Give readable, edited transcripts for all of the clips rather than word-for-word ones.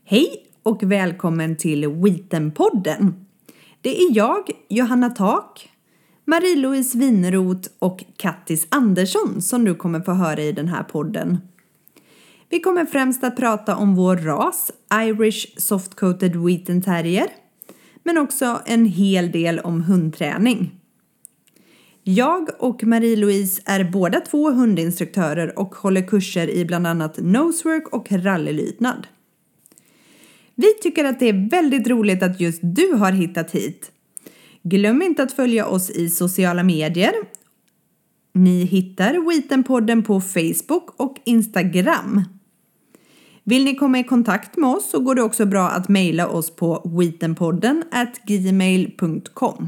Hej och välkommen till Wheaten-podden. Det är jag, Johanna Tak, Marie-Louise Winroth och Kattis Andersson som du kommer få höra i den här podden. Vi kommer främst att prata om vår ras, Irish Soft-Coated Wheaten Terrier, men också en hel del om hundträning. Jag och Marie-Louise är båda 2 hundinstruktörer och håller kurser i bland annat nosework och rallylydnad. Vi tycker att det är väldigt roligt att just du har hittat hit. Glöm inte att följa oss i sociala medier. Ni hittar Wheaten-podden på Facebook och Instagram. Vill ni komma i kontakt med oss så går det också bra att mejla oss på wheatenpodden@gmail.com.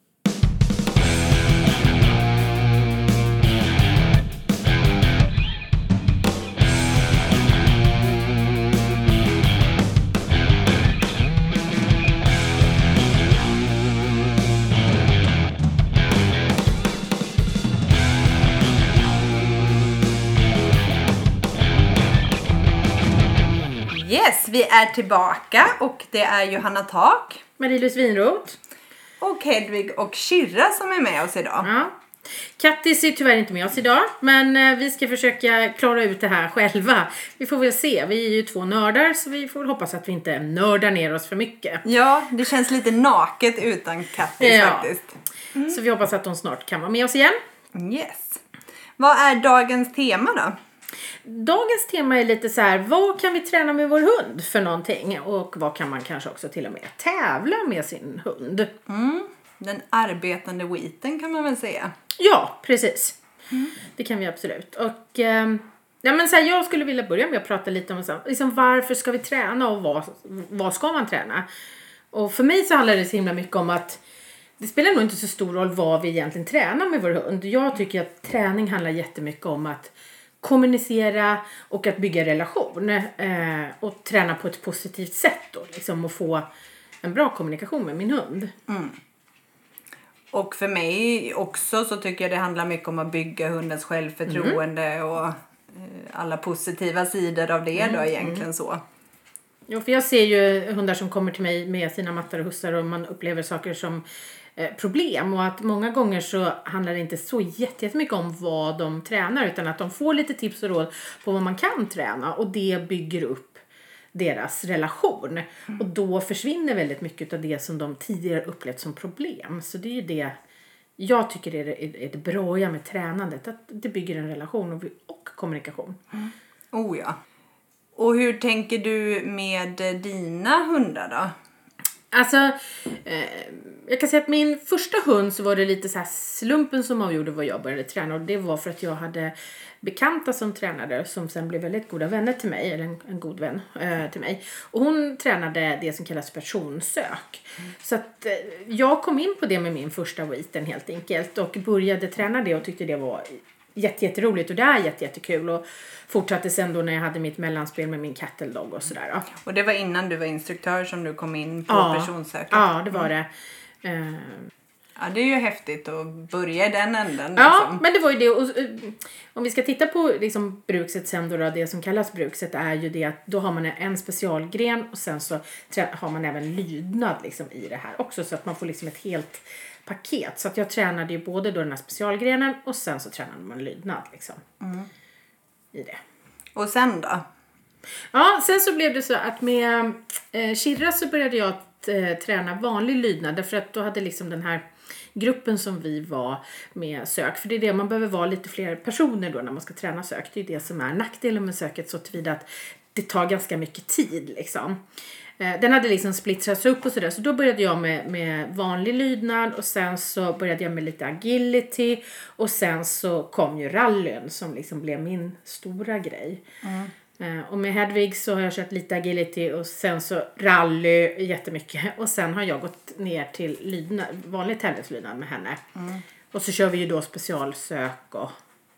Yes, vi är tillbaka och det är Johanna Tak, Marie-Louise Winroth och Hedvig och Kyrra som är med oss idag. Ja. Kattis är tyvärr inte med oss idag, men vi ska försöka klara ut det här själva. Vi får väl se, vi är ju 2 nördar så vi får hoppas att vi inte nördar ner oss för mycket. Ja, det känns lite naket utan Kattis faktiskt. Så vi hoppas att de snart kan vara med oss igen. Yes. Vad är dagens tema då? Dagens tema är lite så här: vad kan vi träna med vår hund för någonting? Och vad kan man kanske också till och med tävla med sin hund? Den arbetande wheaten kan man väl säga. Ja, precis. Det kan vi absolut. Och ja, men så här, jag skulle vilja börja med att prata lite om så här, liksom, varför ska vi träna och vad ska man träna? Och för mig så handlar det så himla mycket om att det spelar nog inte så stor roll vad vi egentligen tränar med vår hund. Jag tycker att träning handlar jättemycket om att kommunicera och att bygga relation och träna på ett positivt sätt då, liksom, och få en bra kommunikation med min hund. Och för mig också så tycker jag det handlar mycket om att bygga hundens självförtroende och alla positiva sidor av det då egentligen så. Jo, för jag ser ju hundar som kommer till mig med sina mattar och hussar och man upplever saker som problem, och att många gånger så handlar det inte så jättemycket om vad de tränar, utan att de får lite tips och råd på vad man kan träna, och det bygger upp deras relation. Och då försvinner väldigt mycket av det som de tidigare upplevt som problem. Så det är ju det jag tycker är det bra med tränandet, att det bygger en relation och kommunikation. Oh ja. Och hur tänker du med dina hundar då? Alltså, jag kan säga att min första hund så var det lite så här slumpen som avgjorde vad jag började träna. Och det var för att jag hade bekanta som tränade som sen blev väldigt goda vänner till mig. Eller en god vän till mig. Och hon tränade det som kallas personsök. Så att jag kom in på det med min första wheaten helt enkelt. Och började träna det och tyckte det var jätteroligt, och det är jättekul, och fortsatte sen då när jag hade mitt mellanspel med min cattle dog och sådär då. Och det var innan du var instruktör som du kom in på personsöket? Ja, det var det. Ja, det är ju häftigt att börja i den änden. Ja, liksom. men det var ju det. Och, om vi ska titta på liksom, brukset sen då, det som kallas brukset är ju det att då har man en specialgren och sen så har man även lydnad liksom, i det här också, så att man får liksom ett helt paket. Så att jag tränade ju både då den här specialgrenen och sen så tränade man lydnad liksom, i det. Och sen då? Ja, sen så blev det så att med Kyrra så började jag träna vanlig lydnad, därför att då hade liksom den här gruppen som vi var med sök, för det är det, man behöver vara lite fler personer då när man ska träna sök. Det är det som är nackdelen med söket, så tillvida att det tar ganska mycket tid liksom. Den hade liksom splittrats upp och sådär, så då började jag med vanlig lydnad, och sen så började jag med lite agility, och sen så kom ju rallyn som liksom blev min stora grej. Och med Hedvig så har jag kört lite agility och sen så rally jättemycket, och sen har jag gått ner till lydnad, vanlig tävlingslydnad med henne. Och så kör vi ju då specialsök och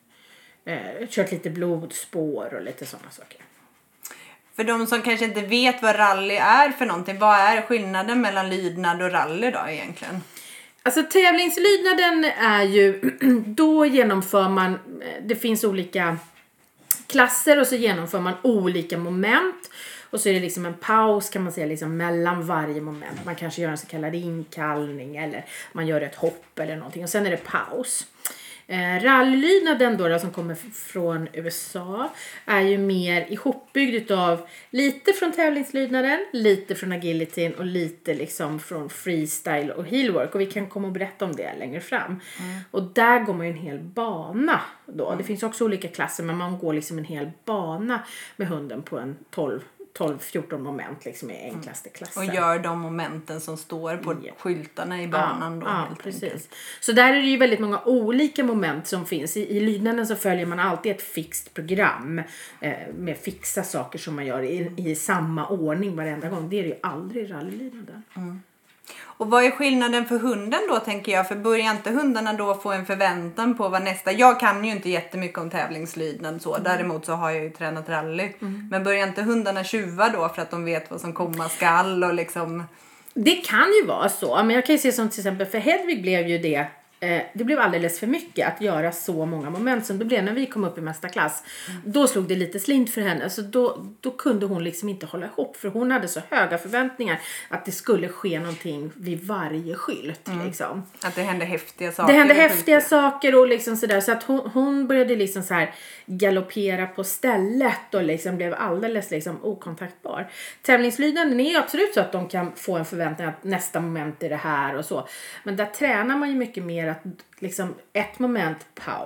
kört lite blodspår och lite sådana saker. För de som kanske inte vet vad rally är för någonting, vad är skillnaden mellan lydnad och rally då egentligen? Alltså tävlingslydnaden är ju, då genomför man, det finns olika klasser och så genomför man olika moment. Och så är det liksom en paus kan man säga liksom mellan varje moment. Man kanske gör en så kallad inkallning eller man gör ett hopp eller någonting. Och sen är det paus. Rallylydnaden då som kommer från USA är ju mer ihopbyggd av lite från tävlingslydnaden, lite från agilityn och lite liksom från freestyle och heelwork. Och vi kan komma och berätta om det längre fram. Och där går man ju en hel bana då. Det finns också olika klasser men man går liksom en hel bana med hunden på en 12-14 moment liksom i enklaste klassen. Och gör de momenten som står på skyltarna i banan då. Ja, precis. Enkelt. Så där är det ju väldigt många olika moment som finns. I lydnaden så följer man alltid ett fixt program med fixa saker som man gör i samma ordning varenda gång. Det är det ju aldrig i rallylydnaden. Och vad är skillnaden för hunden då tänker jag? För börjar inte hundarna då få en förväntan på vad nästa... Jag kan ju inte jättemycket om tävlingslydnad så. Däremot så har jag ju tränat rally. Men börjar inte hundarna tjuva då för att de vet vad som komma skall och liksom... Det kan ju vara så. Men jag kan ju se som till exempel för Hedvig blev ju det... Det blev alldeles för mycket att göra så många moment som det blev när vi kom upp i mästarklass. Då slog det lite slint för henne. Så då kunde hon liksom inte hålla ihop. För hon hade så höga förväntningar att det skulle ske någonting vid varje skylt. Liksom. Att det hände häftiga saker. Det hände häftiga saker och liksom sådär. Så att hon började liksom så här galoppera på stället och liksom blev alldeles liksom okontaktbar. Tävlingslydnaden är ju absolut så att de kan få en förväntning att nästa moment är det här och så. Men där tränar man ju mycket mer att liksom ett moment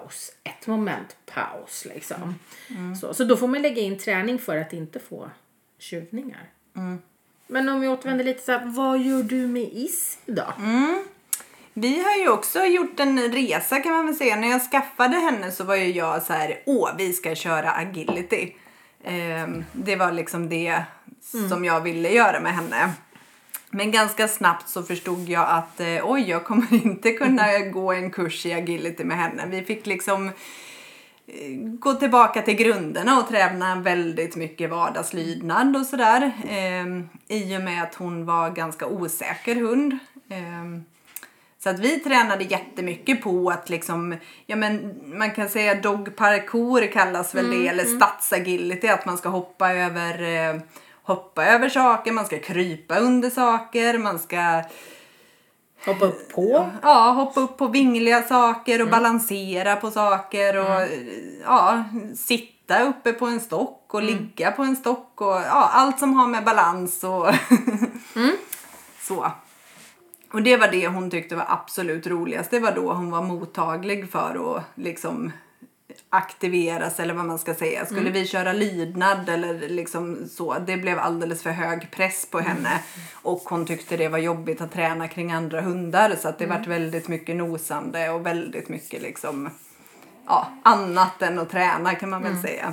paus liksom. Så då får man lägga in träning för att inte få tjuvningar. Men om vi återvänder lite så här, vad gör du med Is idag? Vi har ju också gjort en resa kan man väl säga. När jag skaffade henne så var ju jag så här, vi ska köra agility. Det var liksom det som jag ville göra med henne. Men ganska snabbt så förstod jag att jag kommer inte kunna gå en kurs i agility med henne. Vi fick liksom gå tillbaka till grunderna och träna väldigt mycket vardagslydnad och sådär. I och med att hon var ganska osäker hund. Så att vi tränade jättemycket på att liksom, man kan säga dog parkour kallas väl det, eller stadsagility, att man ska hoppa över saker, man ska krypa under saker, man ska hoppa upp på? Ja, hoppa upp på vingliga saker och balansera på saker och sitta uppe på en stock och ligga på en stock och allt som har med balans och så. Och det var det hon tyckte var absolut roligast. Det var då hon var mottaglig för att liksom aktiveras eller vad man ska säga. Skulle vi köra lydnad eller liksom så. Det blev alldeles för hög press på henne. Och hon tyckte det var jobbigt att träna kring andra hundar. Så att det vart väldigt mycket nosande och väldigt mycket liksom annat än att träna kan man väl säga.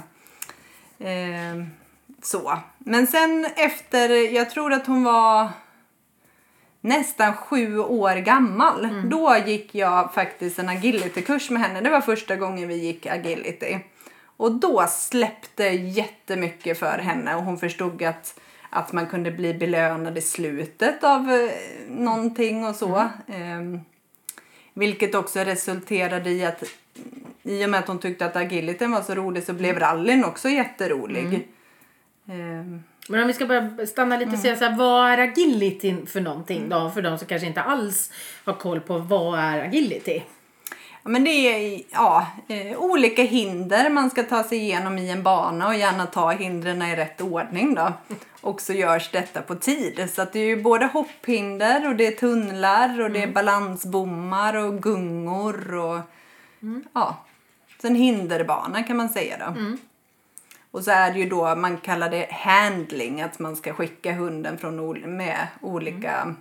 Så. Men sen efter, jag tror att hon var nästan 7 år gammal. Då gick jag faktiskt en agility-kurs med henne. Det var första gången vi gick agility. Och då släppte jättemycket för henne. Och hon förstod att man kunde bli belönad i slutet av någonting och så. Vilket också resulterade i att i och med att hon tyckte att agilityn var så rolig så blev rallyn också jätterolig. Men om vi ska bara stanna lite och säga så här, vad är agility för någonting då? För de som kanske inte alls har koll på vad är agility. Ja, men det är olika hinder man ska ta sig igenom i en bana och gärna ta hindren i rätt ordning då. Och så görs detta på tid. Så att det är ju både hopphinder och det är tunnlar och det är balansbommar och gungor och så en hinderbana kan man säga då. Och så är det ju då, man kallar det handling, att man ska skicka hunden med olika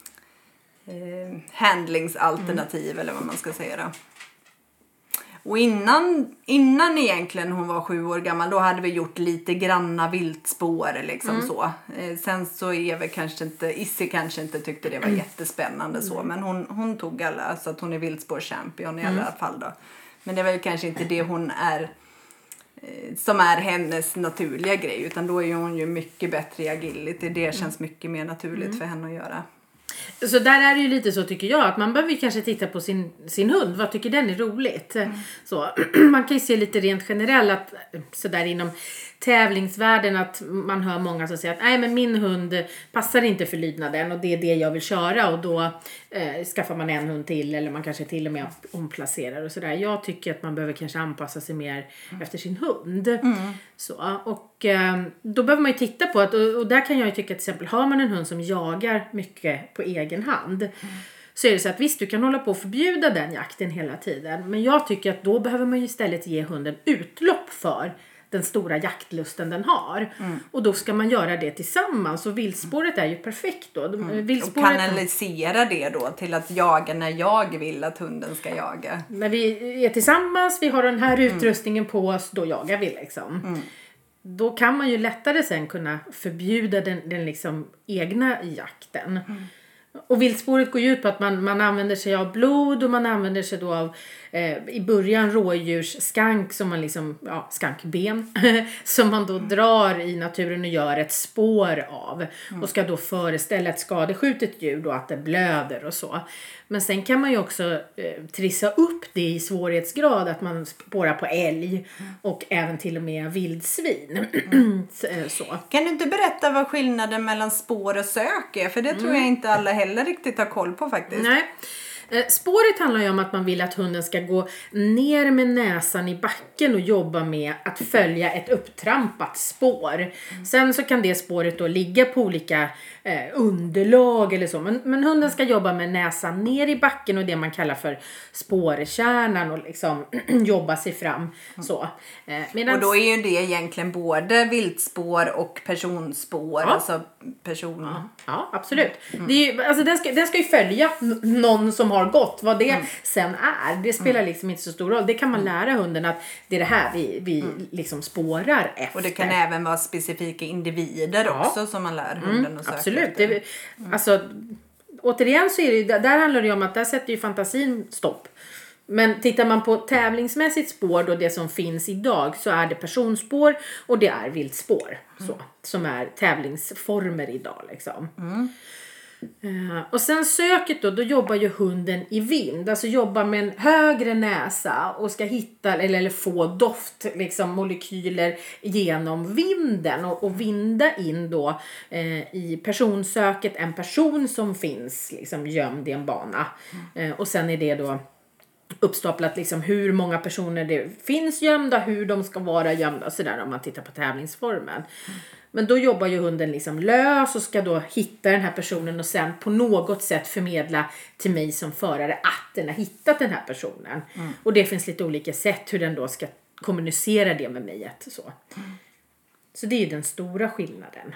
handlingsalternativ eller vad man ska säga då. Och innan egentligen hon var 7 år gammal, då hade vi gjort lite granna viltspår liksom så. Sen så Issi kanske inte tyckte det var jättespännande så, men hon tog alla, så att hon är viltspårchampion i alla fall då. Men det är väl kanske inte det hon är som är hennes naturliga grej, utan då är hon ju mycket bättre i agility. Det känns mycket mer naturligt för henne att göra. Så där är det ju lite så tycker jag, att man behöver ju kanske titta på sin hund. Vad tycker den är roligt? Så, man kan ju se lite rent generellt att sådär inom tävlingsvärlden att man hör många som säger att nej, men min hund passar inte för lydnaden och det är det jag vill köra, och då skaffar man en hund till, eller man kanske till och med omplacerar och sådär. Jag tycker att man behöver kanske anpassa sig mer efter sin hund. Så, och då behöver man ju titta på att, och där kan jag ju tycka till exempel, har man en hund som jagar mycket på egen hand, så är det så att visst, du kan hålla på att förbjuda den jakten hela tiden, men jag tycker att då behöver man ju istället ge hunden utlopp för den stora jaktlusten den har. Och då ska man göra det tillsammans. Och viltspåret är ju perfekt då. Och kanalisera det då till att jaga när jag vill att hunden ska jaga. När vi är tillsammans, vi har den här utrustningen på oss, då jagar vi liksom. Då kan man ju lättare sen kunna förbjuda den liksom egna jakten. Och viltspåret går ju ut på att man använder sig av blod, och man använder sig då av i början rådjursskank som man liksom, skankben som man då drar i naturen och gör ett spår av, och ska då föreställa ett skadeskjutet djur då, att det blöder och så. Men sen kan man ju också trissa upp det i svårighetsgrad, att man spårar på älg och även till och med vildsvin. Så. Kan du inte berätta vad skillnaden mellan spår och sök är? För det tror jag inte alla heller riktigt har koll på faktiskt. Nej. Spåret handlar ju om att man vill att hunden ska gå ner med näsan i backen och jobba med att följa ett upptrampat spår. Sen så kan det spåret då ligga på olika underlag eller så. Men hunden ska jobba med näsan ner i backen och det man kallar för spårkärnan, och liksom jobba sig fram så. Och då är ju det egentligen både viltspår och personspår. Ja. Alltså person... Ja, absolut. Det är ju, alltså den ska ju följa någon som har gått. Vad det sen är, det spelar liksom inte så stor roll. Det kan man lära hunden att det är det här vi liksom spårar efter. Och det kan även vara specifika individer också som man lär hunden att söka. Absolut. Det, alltså, återigen så är det, där handlar det ju om att där sätter ju fantasin stopp. Men tittar man på tävlingsmässigt spår då, det som finns idag, så är det personspår och det är viltspår så, som är tävlingsformer idag liksom. Och sen söket då jobbar ju hunden i vind, alltså jobbar med en högre näsa och ska hitta eller få doft liksom, molekyler genom vinden och vinda in då i personsöket en person som finns liksom gömd i en bana. Och sen är det då uppstaplat liksom hur många personer det finns gömda, hur de ska vara gömda och sådär, om man tittar på tävlingsformen. Men då jobbar ju hunden liksom lös och ska då hitta den här personen och sen på något sätt förmedla till mig som förare att den har hittat den här personen. Och det finns lite olika sätt hur den då ska kommunicera det med mig. Så det är ju den stora skillnaden.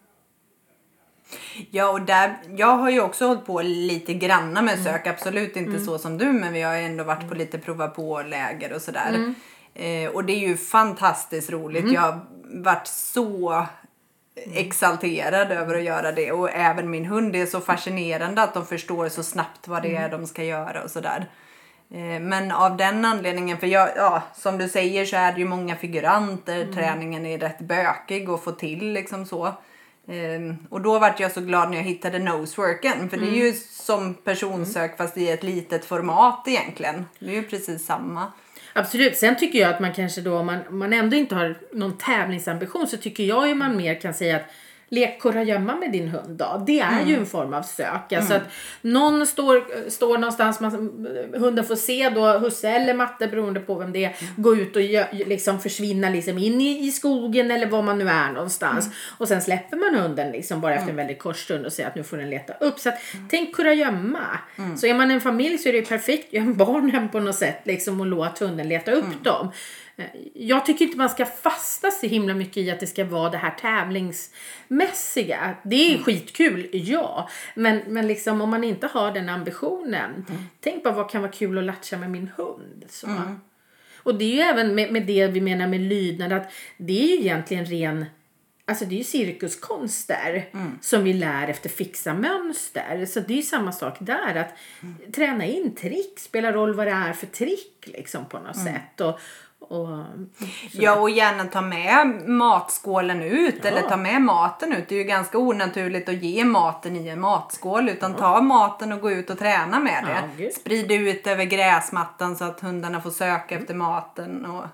Ja, och jag har ju också hållit på lite granna med sök. Absolut inte så som du, men vi har ändå varit på lite prova på läger och sådär. Och det är ju fantastiskt roligt. Jag har varit så exalterad över att göra det. Och även min hund, det är så fascinerande att de förstår så snabbt vad det är de ska göra och sådär. Men av den anledningen, för som du säger så är det ju många figuranter. Träningen är rätt bökig att få till liksom så. Och då var jag så glad när jag hittade noseworken. För det är ju som personsök fast i ett litet format egentligen. Det är ju precis samma. Absolut. Sen tycker jag att man kanske då, om man ändå inte har någon tävlingsambition, så tycker jag ju man mer kan säga att lek kurragömma med din hund då. Det är ju en form av sök. Alltså att någon står någonstans, hunden får se då husse eller matte beroende på vem det är, gå ut och liksom försvinna liksom in i skogen eller var man nu är någonstans. Och sen släpper man hunden liksom bara efter en väldigt kort stund och säger att nu får den leta upp. Så att tänk kurragömma. Så är man en familj så är det perfekt. Gör barnen på något sätt liksom och låt hunden leta upp dem. Jag tycker inte man ska fasta så himla mycket i att det ska vara det här tävlingsmässiga. Det är skitkul, ja. Men liksom om man inte har den ambitionen. Tänk bara vad kan vara kul att latcha med min hund. Så. Och det är ju även med det vi menar med lydnad. Att det är ju egentligen ren... Alltså det är ju cirkuskonster som vi lär efter fixa mönster. Så det är ju samma sak där. Att träna in trick. Spelar roll vad det är för trick liksom på något sätt. Ja, och gärna ta med matskålen ut eller ta med maten ut. Det är ju ganska onaturligt att ge maten i en matskål, utan ta maten och gå ut och träna med det. Ja, sprid ut över gräsmattan så att hundarna får söka efter maten och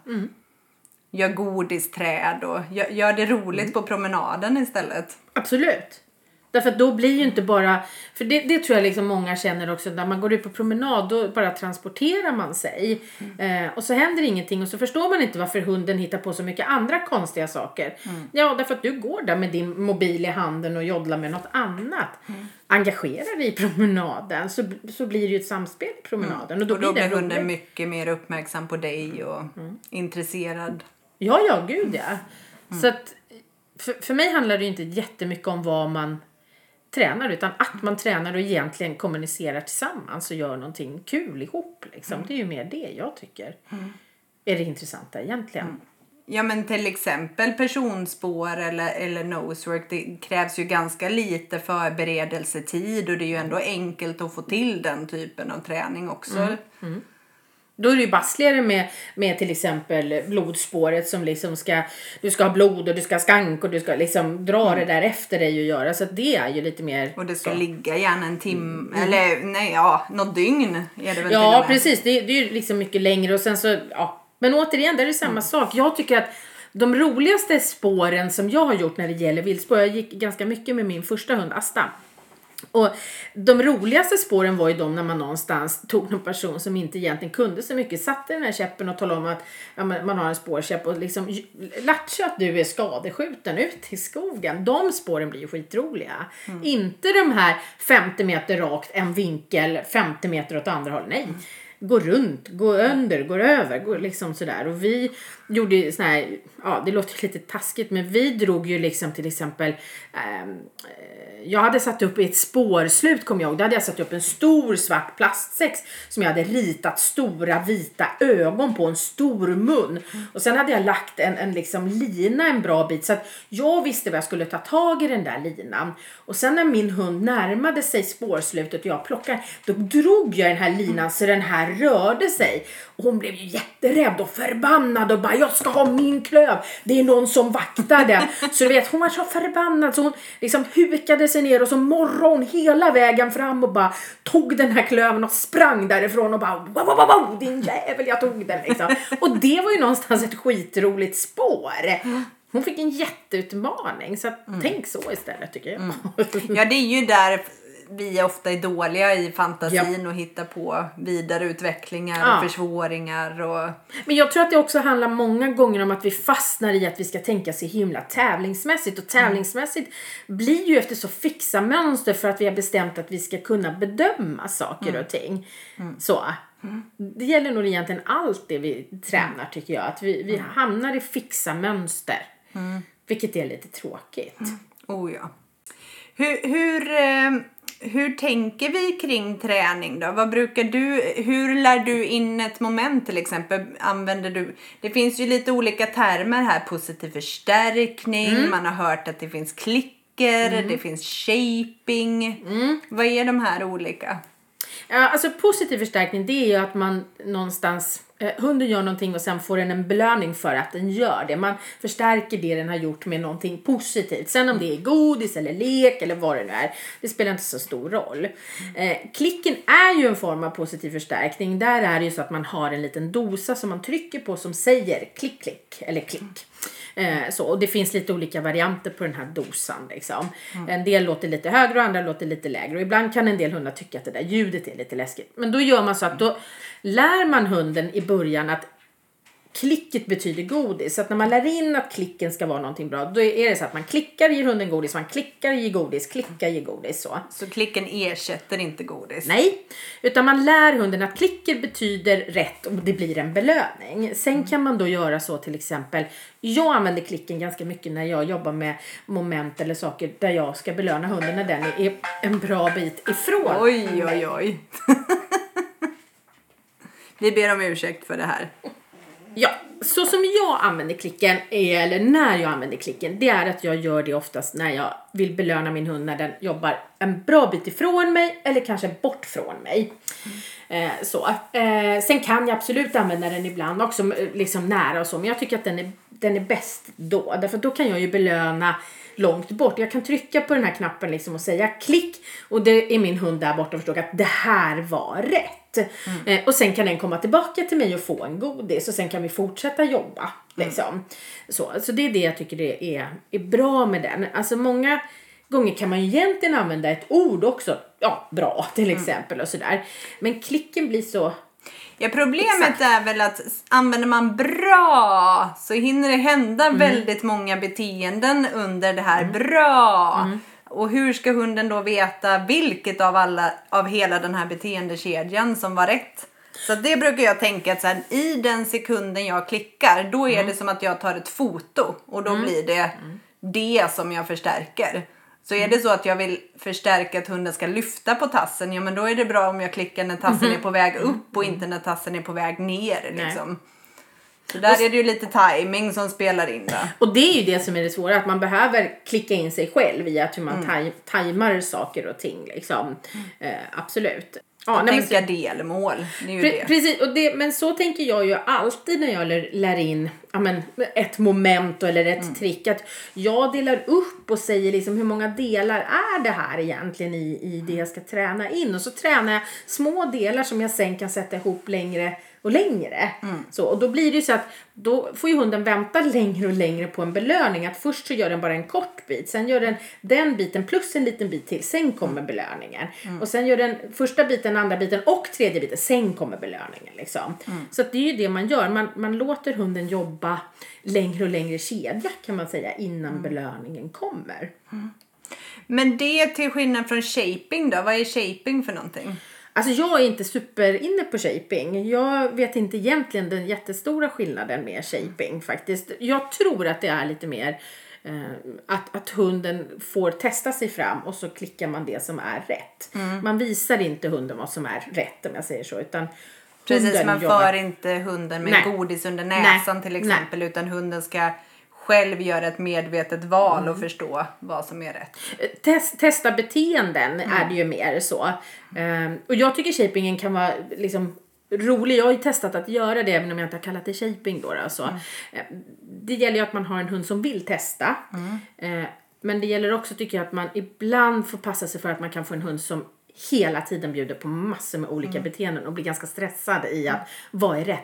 gör godisträd och gör det roligt på promenaden istället. Absolut. Därför att då blir ju inte bara, för det tror jag liksom många känner också, när man går ut på promenad då bara transporterar man sig. Och så händer ingenting och så förstår man inte varför hunden hittar på så mycket andra konstiga saker. Ja, därför att du går där med din mobil i handen och joddlar med något annat. Engagerar dig i promenaden så blir det ju ett samspel i promenaden. Och då blir hunden mycket mer uppmärksam på dig och intresserad. Ja, gud ja. Så att för mig handlar det ju inte jättemycket om vad man tränar, utan att man tränar och egentligen kommunicerar tillsammans och gör någonting kul ihop liksom. Det är ju mer det jag tycker är det intressanta egentligen. Ja, men till exempel personspår eller nosework, det krävs ju ganska lite förberedelsetid och det är ju ändå enkelt att få till den typen av träning också. Då är det ju bassligare med till exempel blodspåret som liksom du ska ha blod och du ska ha skank och du ska liksom dra det där efter dig och göra. Så att det är ju lite mer... Och det ska ligga gärna en timme, eller något dygn är det väl. Ja, precis. Det är ju liksom mycket längre och sen så, Men återigen, det är samma sak. Jag tycker att de roligaste spåren som jag har gjort när det gäller viltspår, jag gick ganska mycket med min första hund Asta. Och de roligaste spåren var ju de när man någonstans tog någon person som inte egentligen kunde så mycket, satte den här käppen och talade om att man har en spårkäpp och liksom latcha att du är skadeskjuten ut i skogen. De spåren blir ju skitroliga. Inte de här 50 meter rakt, en vinkel, 50 meter åt andra håll. Nej. Gå runt, gå under, gå över, gå liksom sådär. Och vi gjorde ju sån här, det låter lite taskigt, men vi drog ju liksom till exempel, jag hade satt upp i ett spårslut, kom jag ihåg. Då hade jag satt upp en stor svart plastsäck som jag hade ritat stora vita ögon på, en stor mun. Och sen hade jag lagt en liksom lina en bra bit så att jag visste vad jag skulle ta tag i den där linan. Och sen när min hund närmade sig spårslutet och jag plockade, då drog jag den här linan så den här rörde sig. Och hon blev ju jätterädd och förbannad och bara, jag ska ha min klöv. Det är någon som vaktar den. Så du vet, hon var så förbannad så hon liksom hukade sig ner och så morrade hon hela vägen fram och bara tog den här klöven och sprang därifrån och bara, wow, din jävel, jag tog den liksom. Och det var ju någonstans ett skitroligt spår. Hon fick en jätteutmaning, så tänk så istället tycker jag. Ja, det är ju där vi ofta är dåliga i fantasin och hittar på vidareutvecklingar och försvåringar. Men jag tror att det också handlar många gånger om att vi fastnar i att vi ska tänka så himla tävlingsmässigt. Och tävlingsmässigt blir ju efter så fixa mönster för att vi har bestämt att vi ska kunna bedöma saker och ting. Så. Det gäller nog egentligen allt det vi tränar tycker jag. Att vi hamnar i fixa mönster. Vilket är lite tråkigt. Oh ja. Hur tänker vi kring träning då? Hur lär du in ett moment till exempel? Använder du, det finns ju lite olika termer här. Positiv förstärkning, man har hört att det finns klicker, det finns shaping. Vad är de här olika? Ja, alltså positiv förstärkning, det är ju att man någonstans, hunden gör någonting och sen får den en belöning för att den gör det. Man förstärker det den har gjort med någonting positivt. Sen om det är godis eller lek eller vad det nu är, det spelar inte så stor roll. Klicken är ju en form av positiv förstärkning. Där är det ju så att man har en liten dosa som man trycker på som säger klick, klick eller klick. Så, och det finns lite olika varianter på den här dosan liksom. En del låter lite högre och andra låter lite lägre. Och ibland kan en del hundar tycka att det där ljudet är lite läskigt. Men då gör man så att då lär man hunden i början att klicket betyder godis. Så att när man lär in att klicken ska vara någonting bra, då är det så att man klickar, ger hunden godis, man klickar, ger godis, klickar, ger godis. Så klicken ersätter inte godis? Nej, utan man lär hunden att klicker betyder rätt och det blir en belöning. Sen kan man då göra så till exempel, jag använder klicken ganska mycket när jag jobbar med moment eller saker där jag ska belöna hunden när den är en bra bit ifrån. Oj. Vi ber om ursäkt för det här. Ja, så som jag använder klicken, eller när jag använder klicken, det är att jag gör det oftast när jag vill belöna min hund när den jobbar en bra bit ifrån mig eller kanske bort från mig. Sen kan jag absolut använda den ibland också liksom nära och så. Men jag tycker att den är bäst då. Därför då kan jag ju belöna långt bort. Jag kan trycka på den här knappen liksom och säga klick. Och det är min hund där borta och förstår att det här var rätt. Och sen kan den komma tillbaka till mig och få en godis. Och sen kan vi fortsätta jobba. Liksom. Så det är det jag tycker det är bra med den. Alltså många gånger kan man ju egentligen använda ett ord också. Ja, bra till exempel och sådär. Men klicken blir så... Ja, problemet är väl att använder man bra så hinner det hända väldigt många beteenden under det här bra. Och hur ska hunden då veta vilket av hela den här beteendekedjan som var rätt? Så det brukar jag tänka att så här, i den sekunden jag klickar, då är det som att jag tar ett foto. Och då blir det som jag förstärker. Så är det så att jag vill förstärka att hunden ska lyfta på tassen, ja men då är det bra om jag klickar när tassen är på väg upp och inte när tassen är på väg ner liksom. Så där är det ju lite timing som spelar in då. Och det är ju det som är det svåra, att man behöver klicka in sig själv i att hur man tajmar saker och ting liksom. Absolut. Ja, tänka delmål, det är ju det. Precis, men så tänker jag ju alltid när jag lär in ett moment eller ett trick. Att jag delar upp och säger liksom hur många delar är det här egentligen i det jag ska träna in. Och så tränar jag små delar som jag sen kan sätta ihop längre och längre. Så, och då blir det ju så att då får ju hunden vänta längre och längre på en belöning. Att först så gör den bara en kort bit. Sen gör den biten plus en liten bit till. Sen kommer belöningen. Och sen gör den första biten, andra biten och tredje biten. Sen kommer belöningen liksom. Så att det är ju det man gör. Man låter hunden jobba längre och längre kedja kan man säga. Innan belöningen kommer. Men det till skillnad från shaping då. Vad är shaping för någonting? Alltså jag är inte super inne på shaping. Jag vet inte egentligen den jättestora skillnaden med shaping faktiskt. Jag tror att det är lite mer att hunden får testa sig fram och så klickar man det som är rätt. Man visar inte hunden vad som är rätt om jag säger så, utan precis, man för inte hunden med godis under näsan till exempel, utan hunden ska själv göra ett medvetet val och förstå vad som är rätt. Testa beteenden är det ju mer så. Och jag tycker shapingen kan vara liksom rolig. Jag har ju testat att göra det även om jag inte har kallat det shaping då. Så. Det gäller ju att man har en hund som vill testa. Men det gäller också tycker jag att man ibland får passa sig för att man kan få en hund som hela tiden bjuder på massor med olika beteenden och blir ganska stressad i att vad är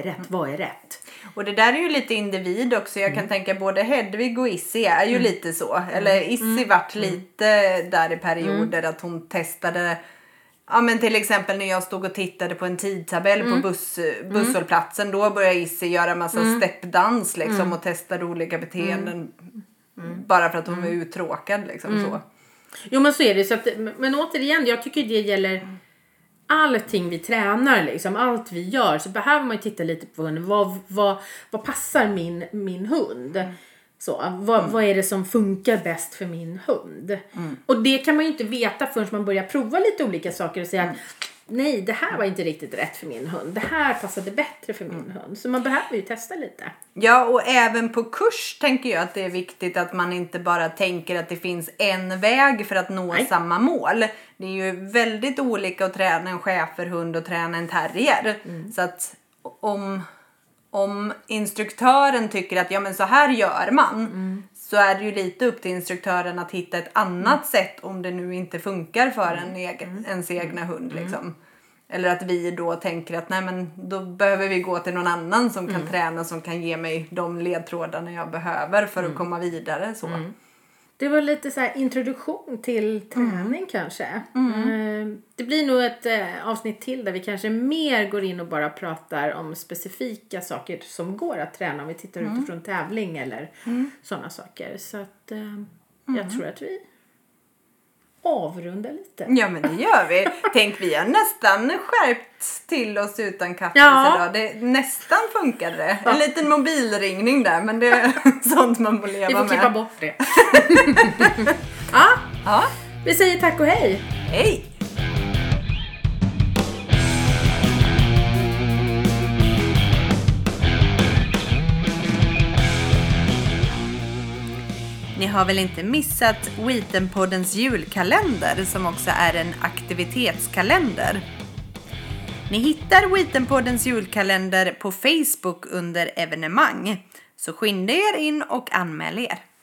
rätt. Och det där är ju lite individ också. Jag kan tänka både Hedvig och Issy är ju lite så. Eller Issy vart lite där i perioder att hon testade. Ja men till exempel när jag stod och tittade på en tidtabell på busshållplatsen. Då började Issy göra massa steppdans liksom och testade olika beteenden. Bara för att hon var uttråkad liksom så. Jo men så är det så att, men återigen jag tycker det gäller allting vi tränar liksom, allt vi gör så behöver man ju titta lite på hunden. Vad passar min hund? Så, vad är det som funkar bäst för min hund? Och det kan man ju inte veta förrän man börjar prova lite olika saker och säga att nej, det här var inte riktigt rätt för min hund. Det här passade bättre för min hund. Så man behöver ju testa lite. Ja, och även på kurs tänker jag att det är viktigt att man inte bara tänker att det finns en väg för att nå samma mål. Det är ju väldigt olika att träna en schäferhund och träna en terrier. Så att om instruktören tycker att ja men så här gör man. Så är det ju lite upp till instruktören att hitta ett annat sätt om det nu inte funkar för ens egna hund liksom. Eller att vi då tänker att nej men då behöver vi gå till någon annan som kan träna, som kan ge mig de ledtrådarna jag behöver för att komma vidare så. Det var lite så här introduktion till träning kanske. Det blir nog ett avsnitt till där vi kanske mer går in och bara pratar om specifika saker som går att träna om vi tittar utifrån tävling eller sådana saker. Så att jag tror att vi avrundar lite. Ja men det gör vi. Tänk vi har nästan skärpt till oss utan Kattis idag. Det nästan funkade det. En liten mobilringning där, men det är sånt man får leva med. Vi får klippa bort det. Ja. Vi säger tack och hej. Hej. Ni har väl inte missat Wheatenpoddens julkalender som också är en aktivitetskalender. Ni hittar Weetenpoddens julkalender på Facebook under evenemang. Så skynda er in och anmäl er.